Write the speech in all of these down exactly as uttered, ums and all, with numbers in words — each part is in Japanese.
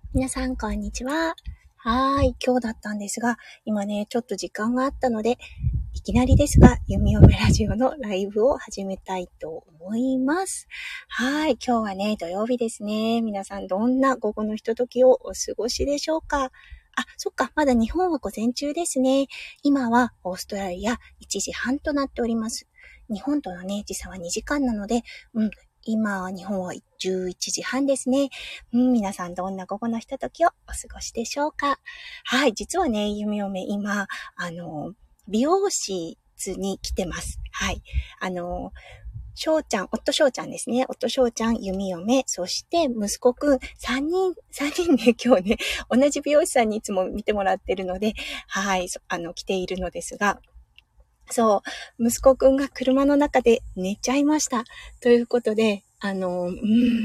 皆さん、こんにちは。はーい、今日だったんですが、今ね、ちょっと時間があったので、いきなりですが、弓嫁ラジオのライブを始めたいと思います。はい、今日はね、土曜日ですね。皆さん、どんな午後のひとときをお過ごしでしょうか？あ、そっか、まだ日本は午前中ですね。今はオーストラリアいちじはんとなっております。日本とのね、時差はにじかんなので、うん、今、日本はじゅういちじはんですね。うん、皆さんどんな午後のひとときをお過ごしでしょうか？はい、実はね、弓嫁今、あの、美容室に来てます。はい。あの、翔ちゃん、夫翔ちゃんですね。夫翔ちゃん、弓嫁、そして息子くん、さんにん、さんにんね、今日ね、同じ美容師さんにいつも見てもらってるので、はい、あの、来ているのですが、そう、息子くんが車の中で寝ちゃいました。ということで、あの、うん、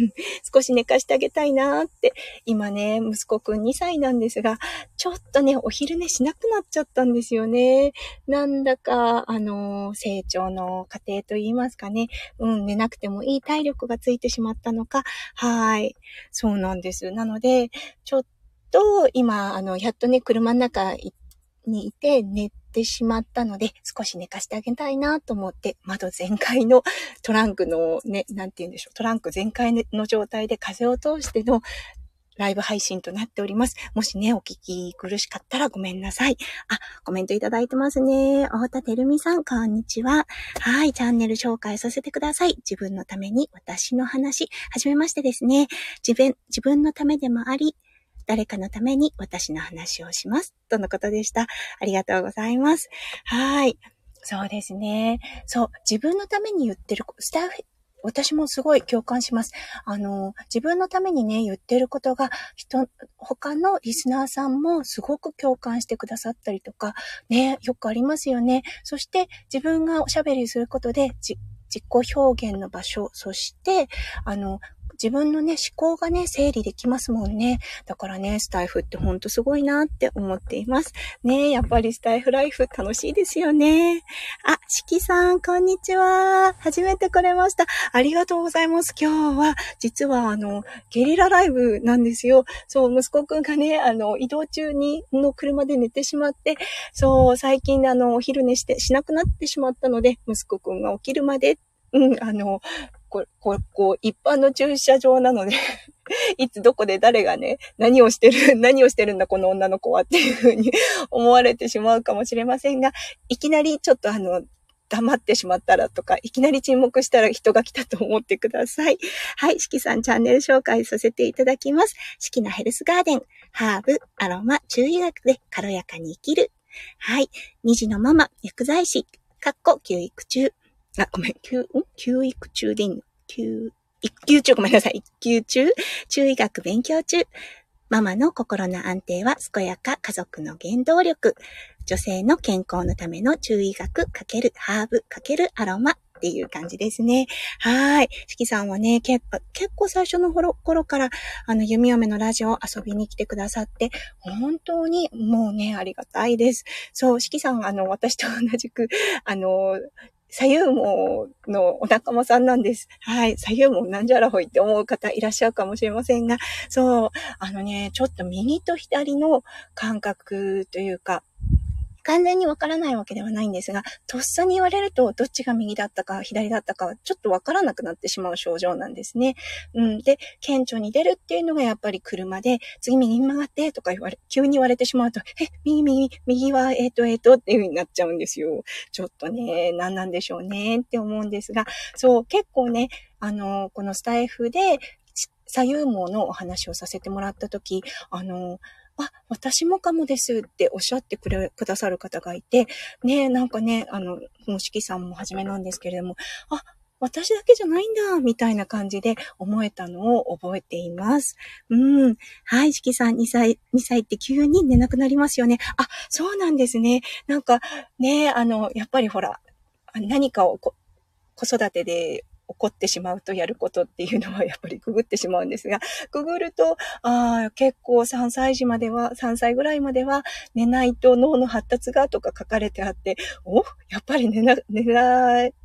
少し寝かしてあげたいなーって、今ね、息子くんにさいなんですが、ちょっとね、お昼寝しなくなっちゃったんですよね。なんだか、あの、成長の過程と言いますかね、うん、寝なくてもいい体力がついてしまったのか、はい、そうなんです。なので、ちょっと今、あの、やっとね、車の中にいて寝てしまったので、少し寝かしてあげたいなと思って、窓全開のトランクのね、なんて言うんでしょう、トランク全開の状態で風を通してのライブ配信となっております。もしね、お聞き苦しかったらごめんなさい。あ、コメントいただいてますね。太田てるみさん、こんにちは。はい、チャンネル紹介させてください。自分のために私の話。はじめましてですね。自分、自分のためでもあり、誰かのために私の話をします。とのことでした。ありがとうございます。はい。そうですね。そう、自分のために言ってる、スタッフ、私もすごい共感します。あの、自分のためにね、言ってることが、人、他のリスナーさんもすごく共感してくださったりとか、ね、よくありますよね。そして、自分がおしゃべりすることで、じ自己表現の場所、そして、あの、自分のね、思考がね、整理できますもんね。だからね、スタイフってほんとすごいなって思っています。ね、やっぱりスタイフライフ楽しいですよね。あ、しきさん、こんにちは。初めて来れました。ありがとうございます。今日は、実はあの、ゲリラライブなんですよ。そう、息子くんがね、あの、移動中に、の車で寝てしまって、そう、最近あの、お昼寝して、しなくなってしまったので、息子くんが起きるまで、うん、あの、こここ一般の駐車場なのでいつどこで誰がね、何をしてる、何をしてるんだこの女の子はっていうふうに思われてしまうかもしれませんが、いきなりちょっとあの、黙ってしまったらとか、いきなり沈黙したら人が来たと思ってください。はい、しきさんチャンネル紹介させていただきます。しきなヘルスガーデン、ハーブ、アロマ、中医学で軽やかに生きる。はい、に児のママ、薬剤師、かっこ休育中。あ、ごめん、休、ん休育中でいいの休、育休中、ごめんなさい。育休中、中医学勉強中。ママの心の安定は健やか家族の原動力。女性の健康のための中医学×ハーブ×アロマっていう感じですね。はい。しきさんはね、結構、結構最初の頃から、あの、弓嫁のラジオ遊びに来てくださって、本当にもうね、ありがたいです。そう、しきさん、あの、私と同じく、あの、左右門のお仲間さんなんです。はい。左右門なんじゃらほいって思う方いらっしゃるかもしれませんが、そう、あのね、ちょっと右と左の感覚というか、完全にわからないわけではないんですが、とっさに言われると、どっちが右だったか左だったか、ちょっとわからなくなってしまう症状なんですね。うん。で、顕著に出るっていうのがやっぱり車で、次右に曲がってとか言われ、急に言われてしまうと、え、右右、右は、えっと、えっとっていう風になっちゃうんですよ。ちょっとね、何なんでしょうねって思うんですが、そう、結構ね、あの、このスタイフで、左右網のお話をさせてもらったとき、あの、あ、私もかもですっておっしゃってくれ、くださる方がいて、ね、なんかね、あの、もしきさんもはじめなんですけれども、あ、私だけじゃないんだ、みたいな感じで思えたのを覚えています。うん。はい、しきさんにさい、にさいって急に寝なくなりますよね。あ、そうなんですね。なんか、ね、あの、やっぱりほら、何かをこ子育てで起こってしまうとやることっていうのはやっぱりググってしまうんですが、ググると、ああ、結構さんさい児までは、さんさいぐらいまでは寝ないと脳の発達がとか書かれてあって、お、やっぱり寝な、寝な、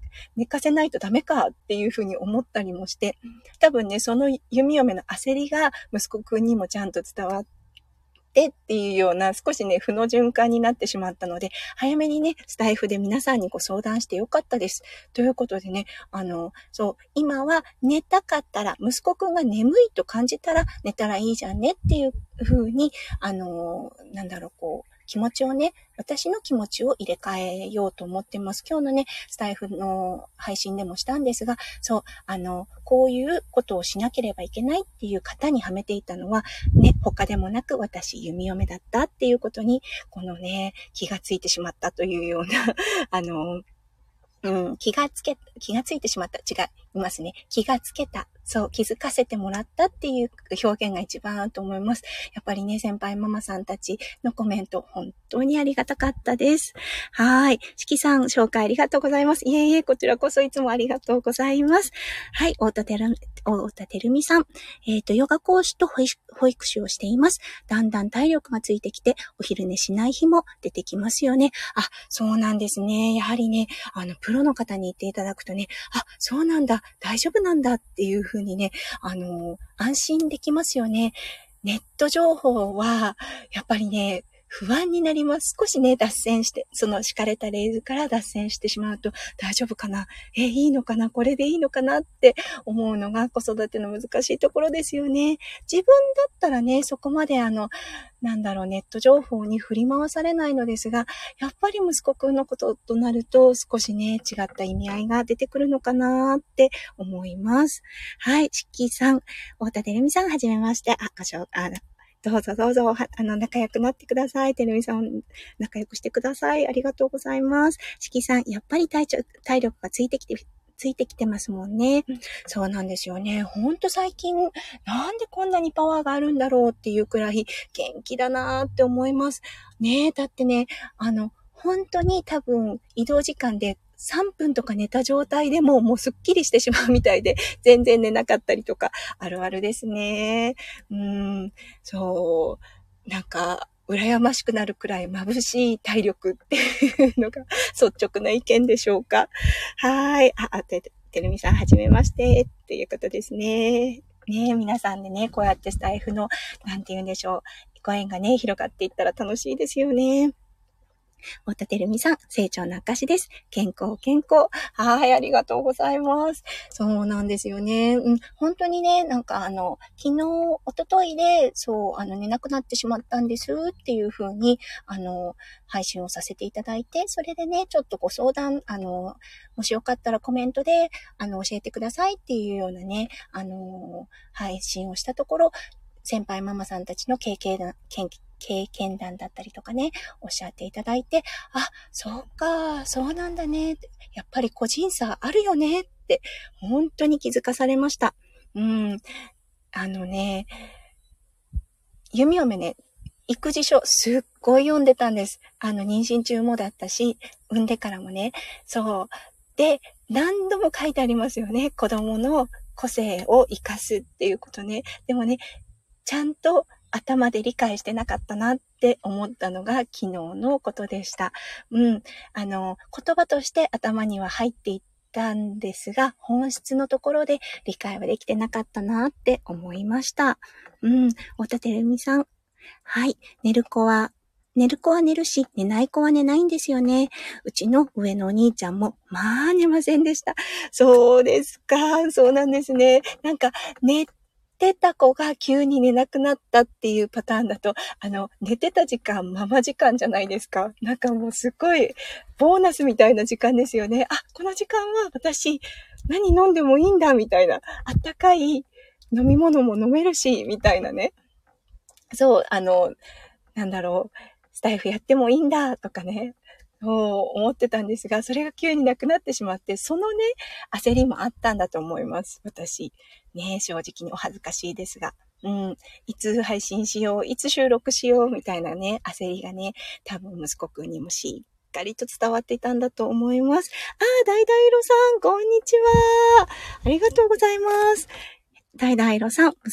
寝かせないとダメかっていうふうに思ったりもして、多分ね、その弓嫁の焦りが息子くんにもちゃんと伝わって、ってっていうような少しね負の循環になってしまったので、早めにねスタイフで皆さんにご相談してよかったです。ということでね、あのそう今は寝たかったら、息子くんが眠いと感じたら寝たらいいじゃんねっていう風に、あのなんだろうこう気持ちをね、私の気持ちを入れ替えようと思ってます。今日のね、スタイフの配信でもしたんですが、そう、あの、こういうことをしなければいけないっていう方にはめていたのは、ね、他でもなく私、弓嫁だったっていうことに、このね、気がついてしまったというような、あの、うん、気がつけ、気がついてしまった。違いますね。気がつけた。そう、気づかせてもらったっていう表現が一番合うと思います。やっぱりね、先輩ママさんたちのコメント、本当にありがたかったです。はい。しきさん、紹介ありがとうございます。いえいえ、こちらこそいつもありがとうございます。はい、太田てる、太田てるみさん。えっと、ヨガ講師と保育、保育士をしています。だんだん体力がついてきて、お昼寝しない日も出てきますよね。あ、そうなんですね。やはりね、あの、プロの方に言っていただくとね、あ、そうなんだ、大丈夫なんだっていうふうにね、あの、安心できますよね。ネット情報は、やっぱりね、不安になります。少しね、脱線して、その敷かれたレールから脱線してしまうと、大丈夫かな？え、いいのかな？これでいいのかな？って思うのが子育ての難しいところですよね。自分だったらね、そこまであの、なんだろう、ネット情報に振り回されないのですが、やっぱり息子くんのこととなると、少しね、違った意味合いが出てくるのかなって思います。はい、しっきーさん、太田てるみさん、はじめまして。あ、ご紹介、どうぞどうぞ、あの、仲良くなってください。てるみさん、仲良くしてください。ありがとうございます。しきさん、やっぱり体調、体力がついてきて、ついてきてますもんね。そうなんですよね。ほんと最近、なんでこんなにパワーがあるんだろうっていうくらい元気だなーって思います。ねえ、だってね、あの、本当に多分移動時間でさんぷんとか寝た状態でももうすっきりしてしまうみたいで、全然寝なかったりとか、あるあるですね。うーん、そう、なんか、羨ましくなるくらい眩しい体力っていうのが率直な意見でしょうか。はい。あ、て、てるみさんはじめましてっていうことですね。ねえ、皆さんでね、こうやってスタイフの、なんて言うんでしょう、ご縁がね、広がっていったら楽しいですよね。太田てるみさん、成長の証です。健康、健康。はい、ありがとうございます。そうなんですよね。うん、本当にね、なんかあの、昨日、一昨日で、そう、あの、寝なくなってしまったんですっていう風に、あの、配信をさせていただいて、それでね、ちょっとご相談、あの、もしよかったらコメントで、あの、教えてくださいっていうようなね、あの、配信をしたところ、先輩ママさんたちの経験談、経験談だったりとかね、おっしゃっていただいて、あ、そうか、そうなんだね。やっぱり個人差あるよねって、本当に気づかされました。うん。あのね、弓嫁ね、育児書すっごい読んでたんです。あの、妊娠中もだったし、産んでからもね。そう。で、何度も書いてありますよね。子供の個性を生かすっていうことね。でもね、ちゃんと頭で理解してなかったなって思ったのが昨日のことでした。うん。あの、言葉として頭には入っていったんですが、本質のところで理解はできてなかったなって思いました。うん。太田てるみさん。はい。寝る子は、寝る子は寝るし、寝ない子は寝ないんですよね。うちの上のお兄ちゃんも、まあ寝ませんでした。そうですか。そうなんですね。なんか、寝寝てた子が急に寝なくなったっていうパターンだと、あの、寝てた時間、ママ時間じゃないですか。なんかもうすごい、ボーナスみたいな時間ですよね。あ、この時間は私、何飲んでもいいんだ、みたいな。あったかい飲み物も飲めるし、みたいなね。そう、あの、なんだろう、スタイフやってもいいんだ、とかね。そう思ってたんですが、それが急になくなってしまって、そのね、焦りもあったんだと思います。私。ね、正直にお恥ずかしいですが。うん。いつ配信しよう、いつ収録しよう、みたいなね、焦りがね、多分息子くんにもしっかりと伝わっていたんだと思います。あー、だいだいろさん、こんにちは。ありがとうございます。だいだいろさん、息子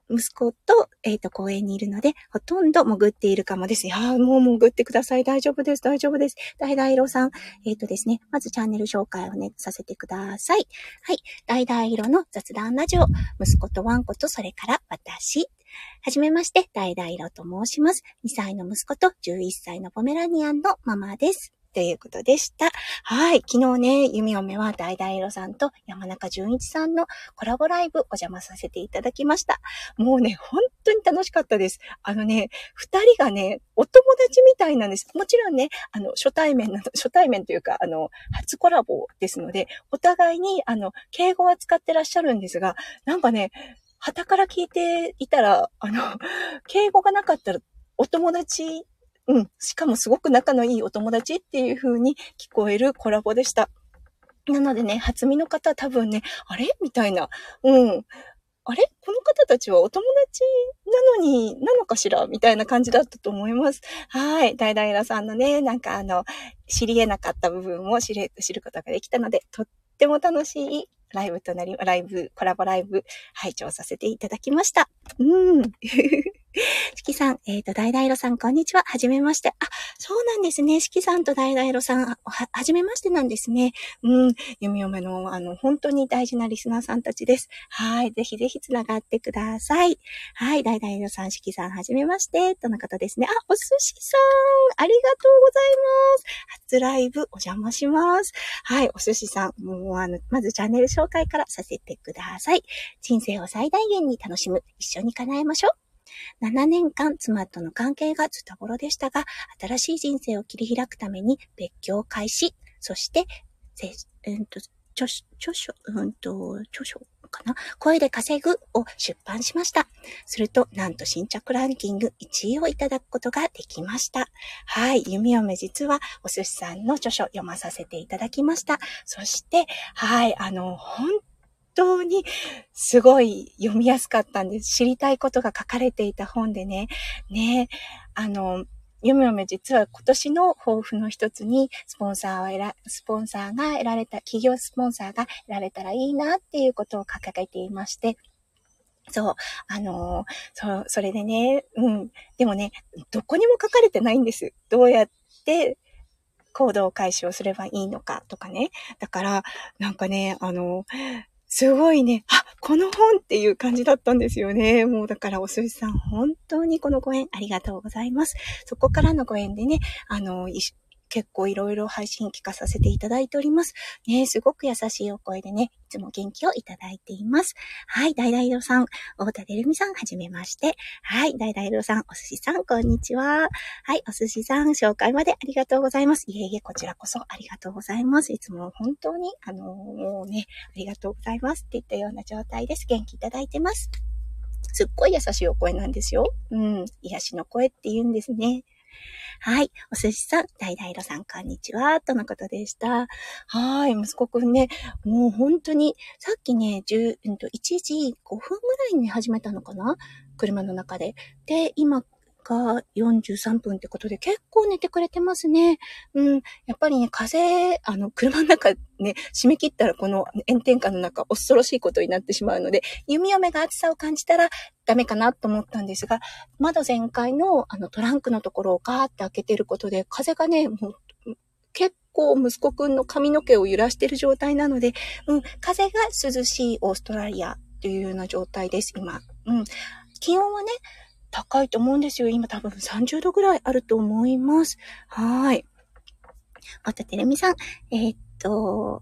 息子と、えっと、公園にいるので、ほとんど潜っているかもです。いやー、もう潜ってください。大丈夫です。大丈夫です。だいだい色さん。えっとですね、まずチャンネル紹介をね、させてください。はい。だいだい色の雑談ラジオ。息子とワンコと、それから私。はじめまして、だいだい色と申します。にさいの息子とじゅういっさいのポメラニアンのママです。ということでした。はい。昨日ね、弓嫁はだいだい色さんと山中淳一さんのコラボライブお邪魔させていただきました。もうね、本当に楽しかったです。あのね、二人がね、お友達みたいなんです。もちろんね、あの、初対面なの、初対面というか、あの、初コラボですので、お互いに、あの、敬語は使ってらっしゃるんですが、なんかね、傍から聞いていたら、あの、敬語がなかったら、お友達、うん。しかもすごく仲のいいお友達っていう風に聞こえるコラボでした。なのでね、初見の方多分ね、あれみたいな。うん。あれこの方たちはお友達なのに、なのかしらみたいな感じだったと思います。はい。だいだいらさんのね、なんかあの、知り得なかった部分を知れ、知ることができたので、とっても楽しいライブとなり、ライブ、コラボライブ、拝聴させていただきました。うん。しきさん、えっと、だいだいろさん、こんにちは。はじめまして。あ、そうなんですね。しきさんとだいだいろさん、は、はじめましてなんですね。うん。弓嫁の、あの、本当に大事なリスナーさんたちです。はい。ぜひぜひつながってください。はい。だいだいろさん、しきさん、はじめまして。との方ですね。あ、お寿司さん、ありがとうございます。初ライブ、お邪魔します。はい。お寿司さん、もう、あの、まずチャンネル紹介からさせてください。人生を最大限に楽しむ。一緒に叶えましょう。ななねんかん妻との関係がズタボロでしたが、新しい人生を切り開くために別居を開始。そして、うんと、著書、著書、うんと、著書かな声で稼ぐを出版しました。すると、なんと新着ランキングいちいをいただくことができました。はい、弓嫁実はお寿司さんの著書読まさせていただきました。そして、はい、あの、本当にすごい読みやすかったんです。知りたいことが書かれていた本でね。ね、あの、弓嫁実は今年の抱負の一つにスポンサーを得ら、スポンサーが得られた、企業スポンサーが得られたらいいなっていうことを掲げていまして、そう、あの、そう、それでね、うん、でもね、どこにも書かれてないんです。どうやって行動開始をすればいいのかとかね。だから、なんかね、あの、すごいね、あ、この本っていう感じだったんですよね。もうだからお寿司さん本当にこのご縁ありがとうございます。そこからのご縁でね、あの、結構いろいろ配信聞かさせていただいております。ね、すごく優しいお声でね、いつも元気をいただいています。はい、だいだいろさん、大田でるみさん、はじめまして。はい、だいだいろさん、お寿司さん、こんにちは。はい、お寿司さん、紹介までありがとうございます。いえいえ、こちらこそありがとうございます。いつも本当に、あの、もうね、ありがとうございますって言ったような状態です。元気いただいてます。すっごい優しいお声なんですよ。うん、癒しの声って言うんですね。はい。お寿司さん、だいだいろさん、こんにちは。とのことでした。はい。息子くんね、もう本当に、さっきね、じゅう、うんと、いちじごふんぐらいに始めたのかな車の中で。で、今がよんじゅうさんぷんってことで結構寝てくれてますね。うん。やっぱりね、風、あの、車の中ね、締め切ったらこの炎天下の中、恐ろしいことになってしまうので、弓嫁が暑さを感じたらダメかなと思ったんですが、窓全開のあのトランクのところをガーって開けてることで、風がね、もう結構息子くんの髪の毛を揺らしてる状態なので、うん、風が涼しいオーストラリアというような状態です、今。うん。気温はね、高いと思うんですよ。今多分さんじゅうどぐらいあると思います。はい。またてるみさん、えー、っと、はい。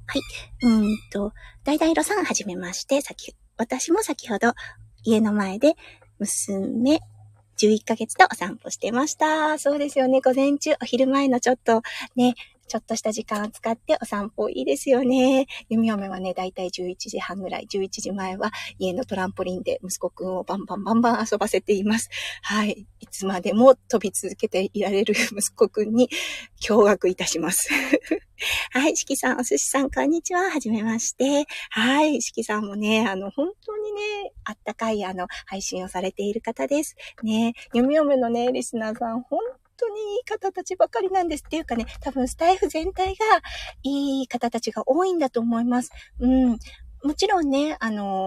うんと、だいだいろさんはじめまして、先、私も先ほど家の前で娘じゅういっかげつとお散歩してました。そうですよね。午前中、お昼前のちょっとね、ちょっとした時間を使ってお散歩いいですよね。弓嫁はね、だいたいじゅういちじはんぐらい、じゅういちじまえは家のトランポリンで息子くんをバンバンバンバン遊ばせています。はい。いつまでも飛び続けていられる息子くんに驚愕いたします。はい。しきさん、お寿司さん、こんにちは。はじめまして。はい。しきさんもね、あの、本当にね、あったかい、あの、配信をされている方です。ね。弓嫁のね、リスナーさん、本当にいい方たちばかりなんです。っていうかね、多分スタイフ全体がいい方たちが多いんだと思います。うん。もちろんね、あの、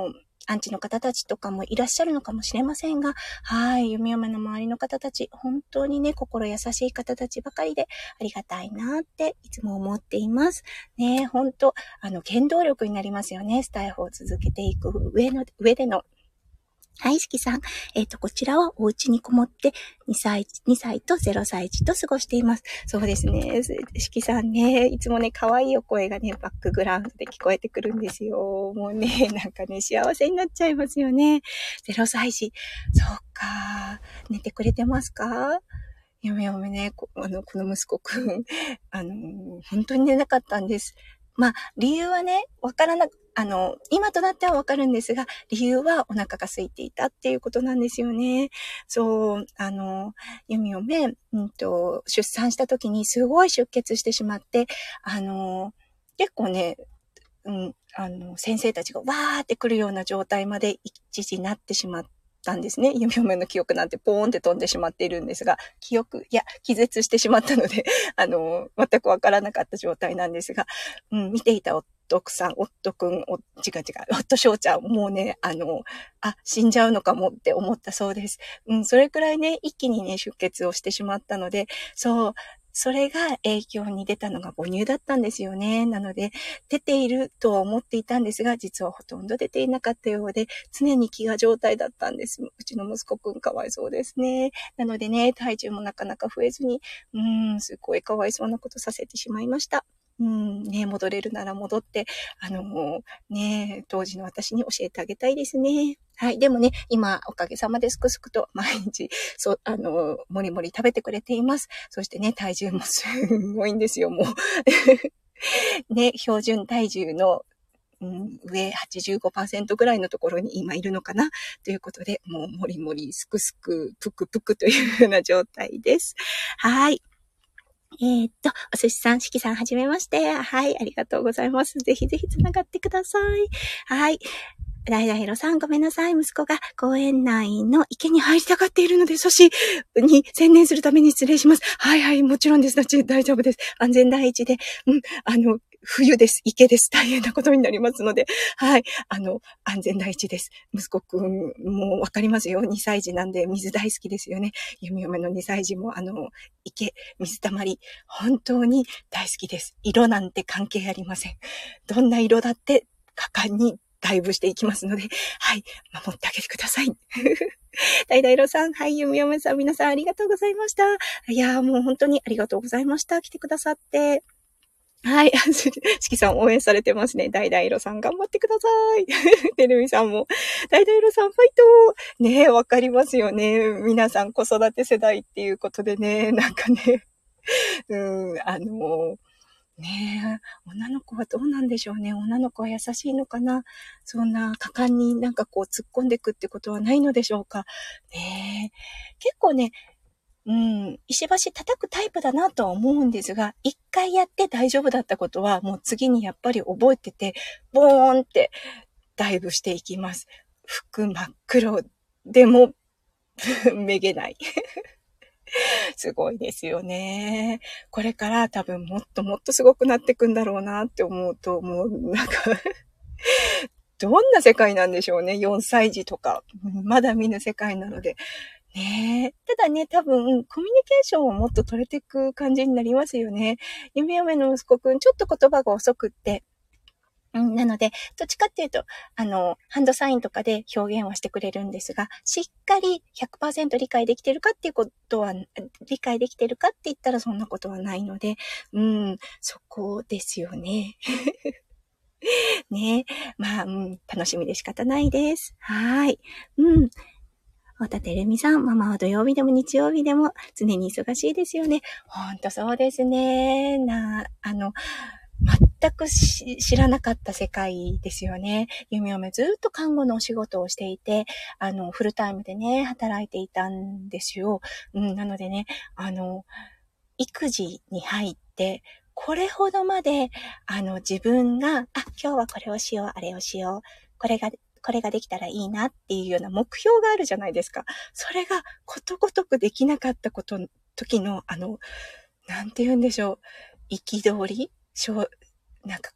アンチの方たちとかもいらっしゃるのかもしれませんが、はい、弓嫁の周りの方たち、本当にね、心優しい方たちばかりでありがたいなっていつも思っています。ね、本当あの、原動力になりますよね。スタイフを続けていく上の、上での。はい、しきさん。えっと、こちらはお家にこもってにさい、にさいとゼロさい児と過ごしています。そうですね。しきさんね、いつもね、可愛いお声がね、バックグラウンドで聞こえてくるんですよ。もうね、なんかね、幸せになっちゃいますよね。ゼロさい児。そうか。寝てくれてますか？嫁嫁ね、こあの、この息子くん、あの、本当に寝なかったんです。まあ、理由はね、わからなく、あの、今となってはわかるんですが、理由はお腹が空いていたっていうことなんですよね。そう、あの、弓嫁、うんと、出産した時にすごい出血してしまって、あの、結構ね、うん、あの、先生たちがわーって来るような状態まで一時なってしまって、たんですね。弓嫁の記憶なんてポーンって飛んでしまっているんですが、記憶、いや、気絶してしまったので、あの、全くわからなかった状態なんですが、うん、見ていた夫さん、夫くん、お、違う違う、夫翔ちゃん、もうね、あの、あ、死んじゃうのかもって思ったそうです。うん、それくらいね、一気にね、出血をしてしまったので、そう、それが影響に出たのが母乳だったんですよね。なので、出ているとは思っていたんですが、実はほとんど出ていなかったようで、常に飢餓状態だったんです。うちの息子くんかわいそうですね。なのでね、体重もなかなか増えずに、うーん、すごいかわいそうなことさせてしまいました。うん、ね、戻れるなら戻って、あの、ね、当時の私に教えてあげたいですね。はい。でもね、今、おかげさまですくすくと毎日、そう、あの、もりもり食べてくれています。そしてね、体重もすごいんですよ、もう。ね、標準体重の、うん、上 はちじゅうごパーセント ぐらいのところに今いるのかなということで、もうもりもりすくすくぷくぷくというような状態です。はい。えー、っと、お寿司さん、しきさん、はじめまして。はい、ありがとうございます。ぜひぜひつながってください。はい。だいだいろさん、ごめんなさい。息子が公園内の池に入りたがっているので、阻止に専念するために失礼します。はいはい、もちろんです。大丈夫です。安全第一で。うん、あの、冬です。池です。大変なことになりますので。はい。あの、安全第一です。息子くん、もうわかりますよ。にさい児なんで水大好きですよね。弓嫁のにさい児も、あの、池、水たまり、本当に大好きです。色なんて関係ありません。どんな色だって果敢にダイブしていきますので、はい、守ってあげてください。大々ろさん、はい、ゆみよめさん、皆さんありがとうございました。いやーもう本当にありがとうございました。来てくださって。はい。しきさん応援されてますね。大々ろさん頑張ってください。てるみさんも。大々ろさんファイトねえ、わかりますよね。皆さん子育て世代っていうことでね、なんかね、うん、あのー、ねえ、女の子はどうなんでしょうね。女の子は優しいのかな。そんな果敢になんかこう突っ込んでいくってことはないのでしょうか。ねえ、結構ね、うん、石橋叩くタイプだなとは思うんですが、一回やって大丈夫だったことはもう次にやっぱり覚えてて、ボーンってダイブしていきます。服真っ黒でもめげない。すごいですよね。これから多分もっともっとすごくなっていくんだろうなって思うと、もうなんかどんな世界なんでしょうね。よんさい児とか。まだ見ぬ世界なので。ねえ。ただね、多分、コミュニケーションをもっと取れていく感じになりますよね。夢嫁の息子くん、ちょっと言葉が遅くって、うん、なので、どっちかっていうと、あの、ハンドサインとかで表現はしてくれるんですが、しっかり ひゃくパーセント 理解できてるかっていうことは、理解できてるかって言ったらそんなことはないので、うん、そこですよね。ね。まあ、うん、楽しみで仕方ないです。はい。うん。おたてるみさん、ママは土曜日でも日曜日でも常に忙しいですよね。ほんとそうですね。な、あの、全く知らなかった世界ですよね。ゆみおめずっと看護のお仕事をしていて、あの、フルタイムでね、働いていたんですよ。うん、なのでね、あの、育児に入って、これほどまで、あの、自分が、あ、今日はこれをしよう、あれをしよう、これが、これができたらいいなっていうような目標があるじゃないですか。それがことごとくできなかったこと、時の、あの、なんて言うんでしょう、憤り、なんかこ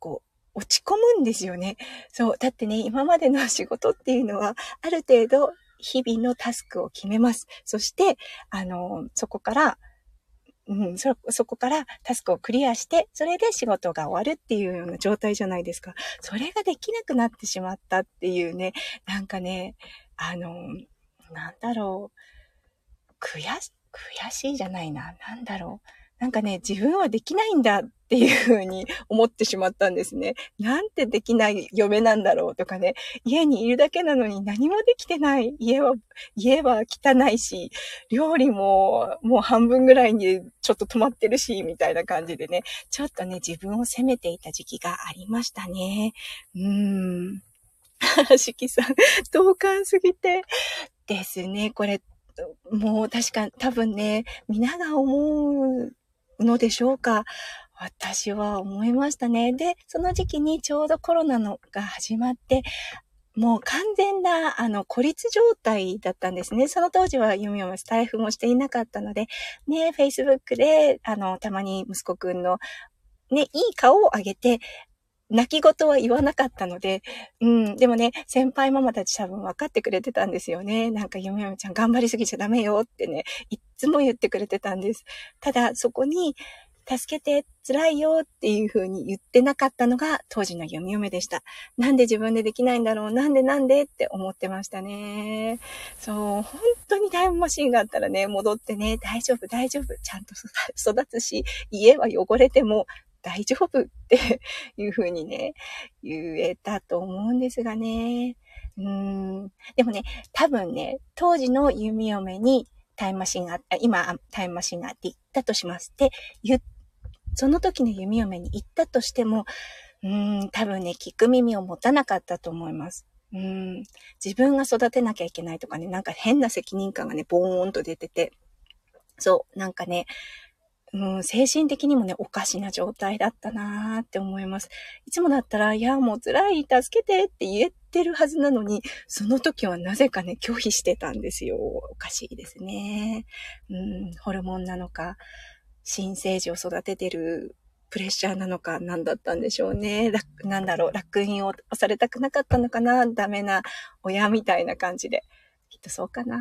落ち込むんですよね。そう。だってね、今までの仕事っていうのは、ある程度、日々のタスクを決めます。そして、あの、そこから、うん、そ、そこからタスクをクリアして、それで仕事が終わるっていうような状態じゃないですか。それができなくなってしまったっていうね、なんかね、あの、なんだろう、悔し、悔しいじゃないな、なんだろう。なんかね、自分はできないんだっていうふうに思ってしまったんですね。なんてできない嫁なんだろうとかね、家にいるだけなのに何もできてない。家は、家は汚いし、料理ももう半分ぐらいにちょっと止まってるし、みたいな感じでね、ちょっとね、自分を責めていた時期がありましたね。うーん。しきさん、同感すぎてですね、これ、もう確か多分ね、皆が思うのでしょうか。私は思いましたね。で、その時期にちょうどコロナのが始まって、もう完全な、あの、孤立状態だったんですね。その当時は読み読みスタイフもしていなかったので、ね、Facebook で、あの、たまに息子くんの、ね、いい顔を上げて、泣き言は言わなかったので、うん、でもね、先輩ママたち多分分かってくれてたんですよね。なんか、ゆめゆめちゃん頑張りすぎちゃダメよってね、いつも言ってくれてたんです。ただ、そこに、助けて、辛いよっていう風に言ってなかったのが当時のゆみゆめでした。なんで自分でできないんだろう、なんでなんでって思ってましたね。そう、本当にタイムマシンがあったらね、戻ってね、大丈夫、大丈夫、ちゃんと育つし、家は汚れても、大丈夫っていう風にね、言えたと思うんですがね。うーん。でもね、多分ね、当時の弓嫁にタイムマシンがあった、今タイムマシンがあって言ったとしますって、その時の弓嫁に言ったとしても、うーん、多分ね、聞く耳を持たなかったと思います。うーん、自分が育てなきゃいけないとかね、なんか変な責任感がね、ボーンと出てて、そう、なんかね、うん、精神的にもね、おかしな状態だったなーって思います。いつもだったら、いや、もう辛い、助けてって言えてるはずなのに、その時はなぜかね、拒否してたんですよ。おかしいですね。うん、ホルモンなのか、新生児を育ててるプレッシャーなのか何だったんでしょうね。なんだろう、烙印を押されたくなかったのかな、ダメな親みたいな感じで。きっとそうかな。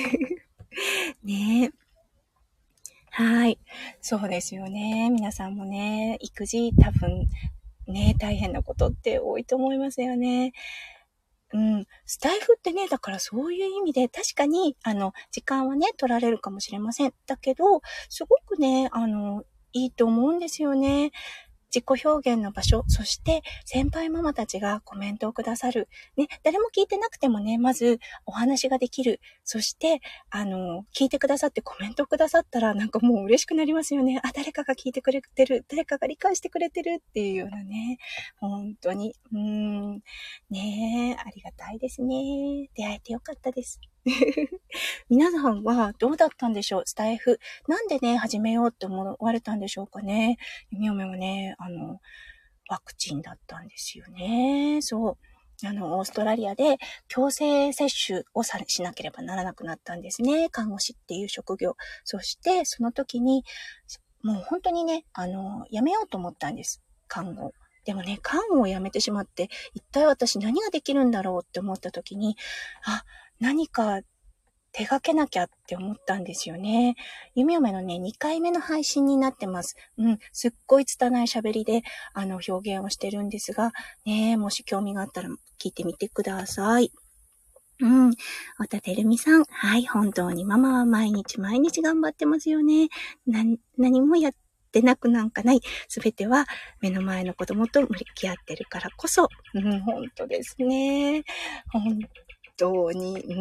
ねえ。はい。そうですよね。皆さんもね、育児多分ね、大変なことって多いと思いますよね。うん。スタイフってね、だからそういう意味で確かに、あの、時間はね、取られるかもしれません。だけど、すごくね、あの、いいと思うんですよね。自己表現の場所、そして先輩ママたちがコメントをくださる。ね、誰も聞いてなくてもね、まずお話ができる。そして、あの、聞いてくださってコメントをくださったらなんかもう嬉しくなりますよね。あ、誰かが聞いてくれてる。誰かが理解してくれてるっていうようなね。本当に。うーん。ねえ、ありがたいですね。出会えてよかったです。皆さんはどうだったんでしょう、スタイフ。なんでね、始めようって思われたんでしょうかね。ゆみよめはね、あの、ワクチンだったんですよね。そう。あの、オーストラリアで強制接種をさしなければならなくなったんですね。看護師っていう職業。そして、その時に、もう本当にね、あの、やめようと思ったんです。看護。でもね、看護をやめてしまって、一体私何ができるんだろうって思った時に、あ、何か手掛けなきゃって思ったんですよね。ゆみおめのね、にかいめの配信になってます。うん、すっごい拙い喋りで、あの、表現をしてるんですが、ね、もし興味があったら聞いてみてください。うん。おたてるみさん。はい、本当にママは毎日毎日頑張ってますよね。な、何もやってなくなんかない。すべては目の前の子供と向き合ってるからこそ。うん、本当ですね。本当に、うん、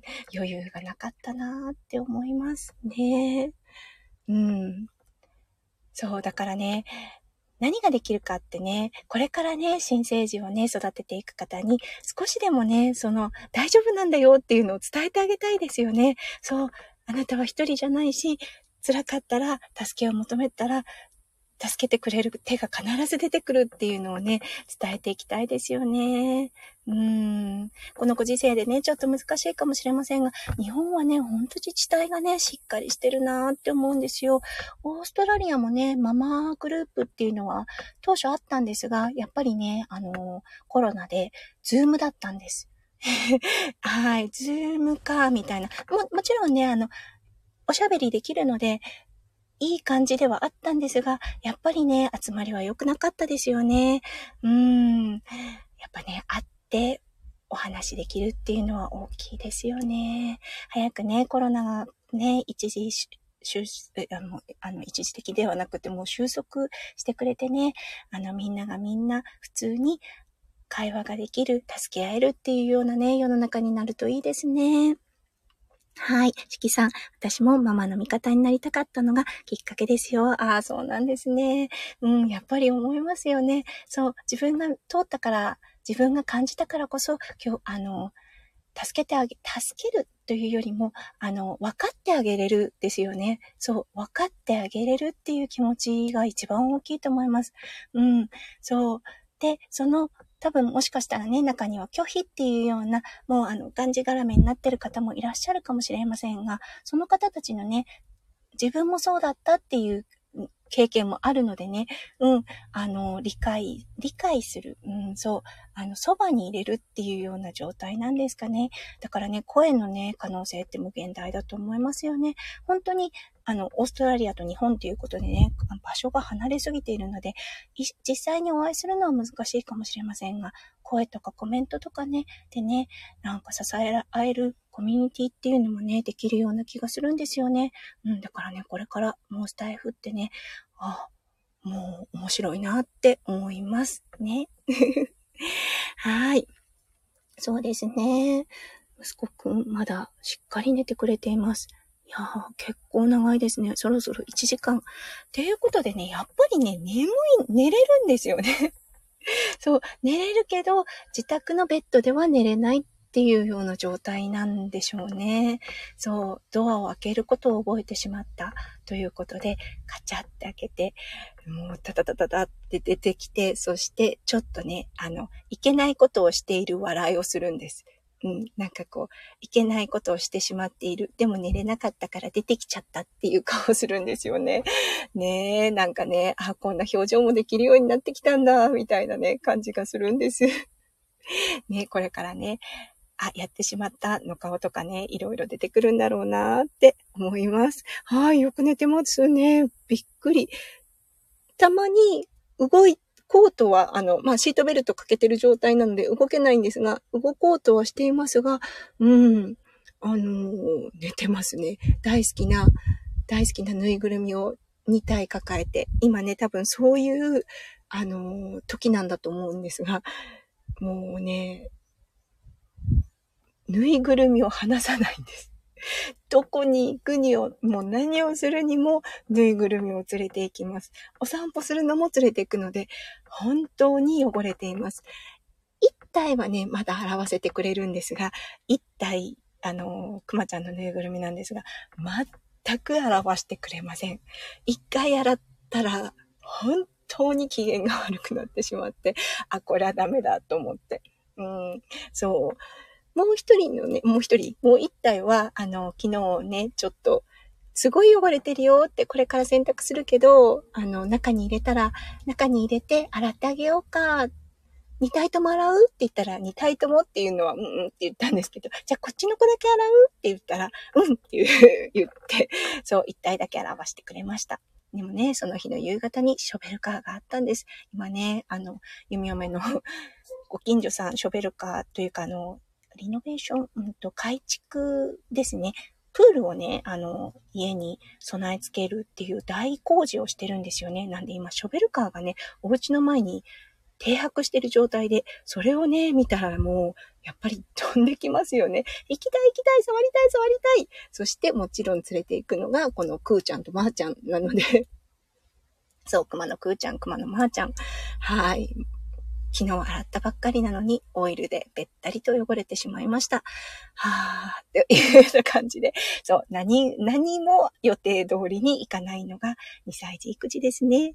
余裕がなかったなって思いますね。うん。そう、だからね、何ができるかってね、これからね、新生児をね、育てていく方に、少しでもね、その、大丈夫なんだよっていうのを伝えてあげたいですよね。そう、あなたは一人じゃないし、辛かったら、助けを求めたら、 助けてくれる手が必ず出てくるっていうのをね、伝えていきたいですよね。うーん。このご時世でね、ちょっと難しいかもしれませんが、日本はね、ほんと自治体がね、しっかりしてるなーって思うんですよ。オーストラリアもね、ママグループっていうのは当初あったんですが、やっぱりね、あのー、コロナで、ズームだったんです。はい、ズームか、みたいな。も、もちろんね、あの、おしゃべりできるので、いい感じではあったんですが、やっぱりね、集まりは良くなかったですよね。うーん。やっぱね、会ってお話できるっていうのは大きいですよね。早くね、コロナがね、一時、収あの、あの、一時的ではなくてもう収束してくれてね、あの、みんながみんな普通に会話ができる、助け合えるっていうようなね、世の中になるといいですね。はい。しきさん、私もママの味方になりたかったのがきっかけですよ。ああ、そうなんですね。うん、やっぱり思いますよね。そう、自分が通ったから、自分が感じたからこそ、今日、あの、助けてあげ、助けるというよりも、あの、分かってあげれるですよね。そう、分かってあげれるっていう気持ちが一番大きいと思います。うん、そう。で、その、多分もしかしたらね、中には拒否っていうような、もうあの、がんじがらめになってる方もいらっしゃるかもしれませんが、その方たちのね、自分もそうだったっていう経験もあるのでね、うん、あの、理解、理解する、うん、そう、あの、そばに入れるっていうような状態なんですかね。だからね、声のね、可能性って無限大だと思いますよね。本当に、あの、オーストラリアと日本ということでね、場所が離れすぎているので、実際にお会いするのは難しいかもしれませんが、声とかコメントとかね、でね、なんか支え合えるコミュニティっていうのもね、できるような気がするんですよね。うん、だからね、これからもうスタイフってね、あ、もう面白いなって思いますね。はい。そうですね。息子くん、まだしっかり寝てくれています。いやー、結構長いですね。そろそろいちじかん。ということでね、やっぱりね、眠い、寝れるんですよね。そう、寝れるけど、自宅のベッドでは寝れないっていうような状態なんでしょうね。そう、ドアを開けることを覚えてしまったということで、カチャって開けて、もうタタタタタって出てきて、そしてちょっとね、あの、いけないことをしている笑いをするんです。うん、なんかこう、いけないことをしてしまっている。でも寝れなかったから出てきちゃったっていう顔をするんですよね。ねえ、なんかね、あ、こんな表情もできるようになってきたんだ、みたいなね、感じがするんです。ね、これからね、あ、やってしまったの顔とかね、いろいろ出てくるんだろうなって思います。はい、よく寝てますね。びっくり。たまに動いこうとは、あの、まあ、シートベルトかけてる状態なので動けないんですが、動こうとはしていますが、うん、あのー、寝てますね。大好きな、大好きなぬいぐるみをにたい抱えて、今ね、多分そういう、あのー、時なんだと思うんですが、もうね、ぬいぐるみを離さないんです。どこに行くにを、もう何をするにも、ぬいぐるみを連れて行きます。お散歩するのも連れて行くので、本当に汚れています。一体はね、まだ洗わせてくれるんですが、一体、あの、くまちゃんのぬいぐるみなんですが、全く洗わしてくれません。一回洗ったら、本当に機嫌が悪くなってしまって、あ、これはダメだと思って。うん、そう。もう一人のね、もう一人、もう一体は、あの、昨日ね、ちょっと、すごい汚れてるよって、これから洗濯するけど、あの、中に入れたら、中に入れて洗ってあげようか。二体とも洗うって言ったら、二体ともっていうのは、うんうんって言ったんですけど、じゃあこっちの子だけ洗うって言ったら、うんって言って、そう、一体だけ洗わしてくれました。でもね、その日の夕方にショベルカーがあったんです。今ね、あの、弓嫁のご近所さん、ショベルカーというか、あの、リノベーション、うんと、改築ですね。プールをね、あの、家に備え付けるっていう大工事をしてるんですよね。なんで今、ショベルカーがね、お家の前に停泊してる状態で、それをね、見たらもう、やっぱり飛んできますよね。行きたい行きたい、触りたい触りたい。そしてもちろん連れて行くのが、このクーちゃんとマーちゃんなので、そう、熊のクーちゃん、熊のマーちゃん。はい。 昨日洗ったばっかりなのにオイルでべったりと汚れてしまいました。はーっていうような感じで、そう、何、何も予定通りにいかないのがにさい児育児ですね。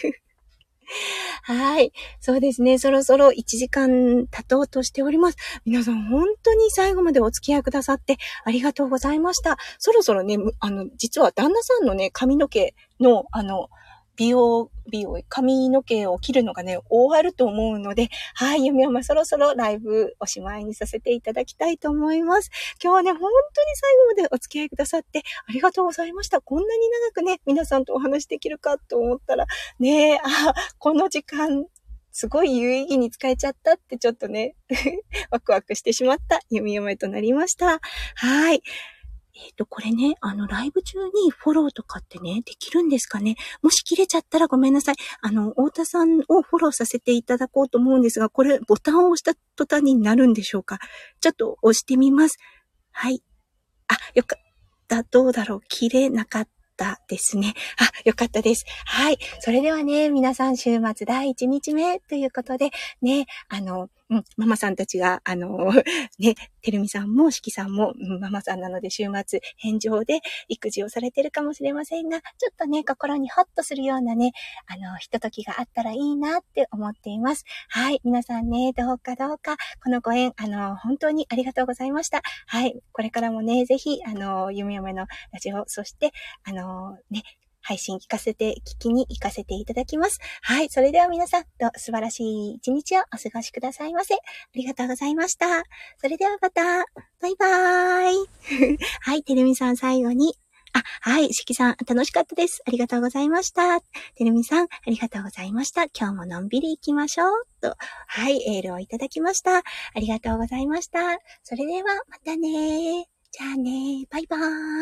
はい。そうですね。そろそろいちじかん経とうとしております。皆さん本当に最後までお付き合いくださってありがとうございました。そろそろね、あの、実は旦那さんのね、髪の毛の、あの、美容、美容、髪の毛を切るのがね、終わると思うので、はい、ゆみおまそろそろライブおしまいにさせていただきたいと思います。今日はね、本当に最後までお付き合いくださってありがとうございました。こんなに長くね、皆さんとお話できるかと思ったら、ね、あ、この時間、すごい有意義に使えちゃったってちょっとね、ワクワクしてしまったゆみおめとなりました。はい。えっと、これね、あの、ライブ中にフォローとかってね、できるんですかね。もし切れちゃったらごめんなさい。あの、太田さんをフォローさせていただこうと思うんですが、これ、ボタンを押した途端になるんでしょうか。ちょっと押してみます。はい。あ、よかった。どうだろう。切れなかったですね。あ、よかったです。はい。それではね、皆さん週末だいいちにちめということで、ね、あの、うん、ママさんたちが、あの、ね、てるみさんもしきさんも、うん、ママさんなので週末、返上で育児をされてるかもしれませんが、ちょっとね、心にホッとするようなね、あの、ひとときがあったらいいなって思っています。はい。皆さんね、どうかどうか、このご縁、あの、本当にありがとうございました。はい。これからもね、ぜひ、あの、ゆみよめのラジオ、そして、あの、ね、配信聞かせて、聞きに行かせていただきます。はい。それでは皆さん、素晴らしい一日をお過ごしくださいませ。ありがとうございました。それではまた。バイバーイ。はい。てるみさん最後に。あ、はい。しきさん、楽しかったです。ありがとうございました。てるみさん、ありがとうございました。今日ものんびり行きましょう。と、はい。エールをいただきました。ありがとうございました。それではまたね。じゃあね。バイバーイ。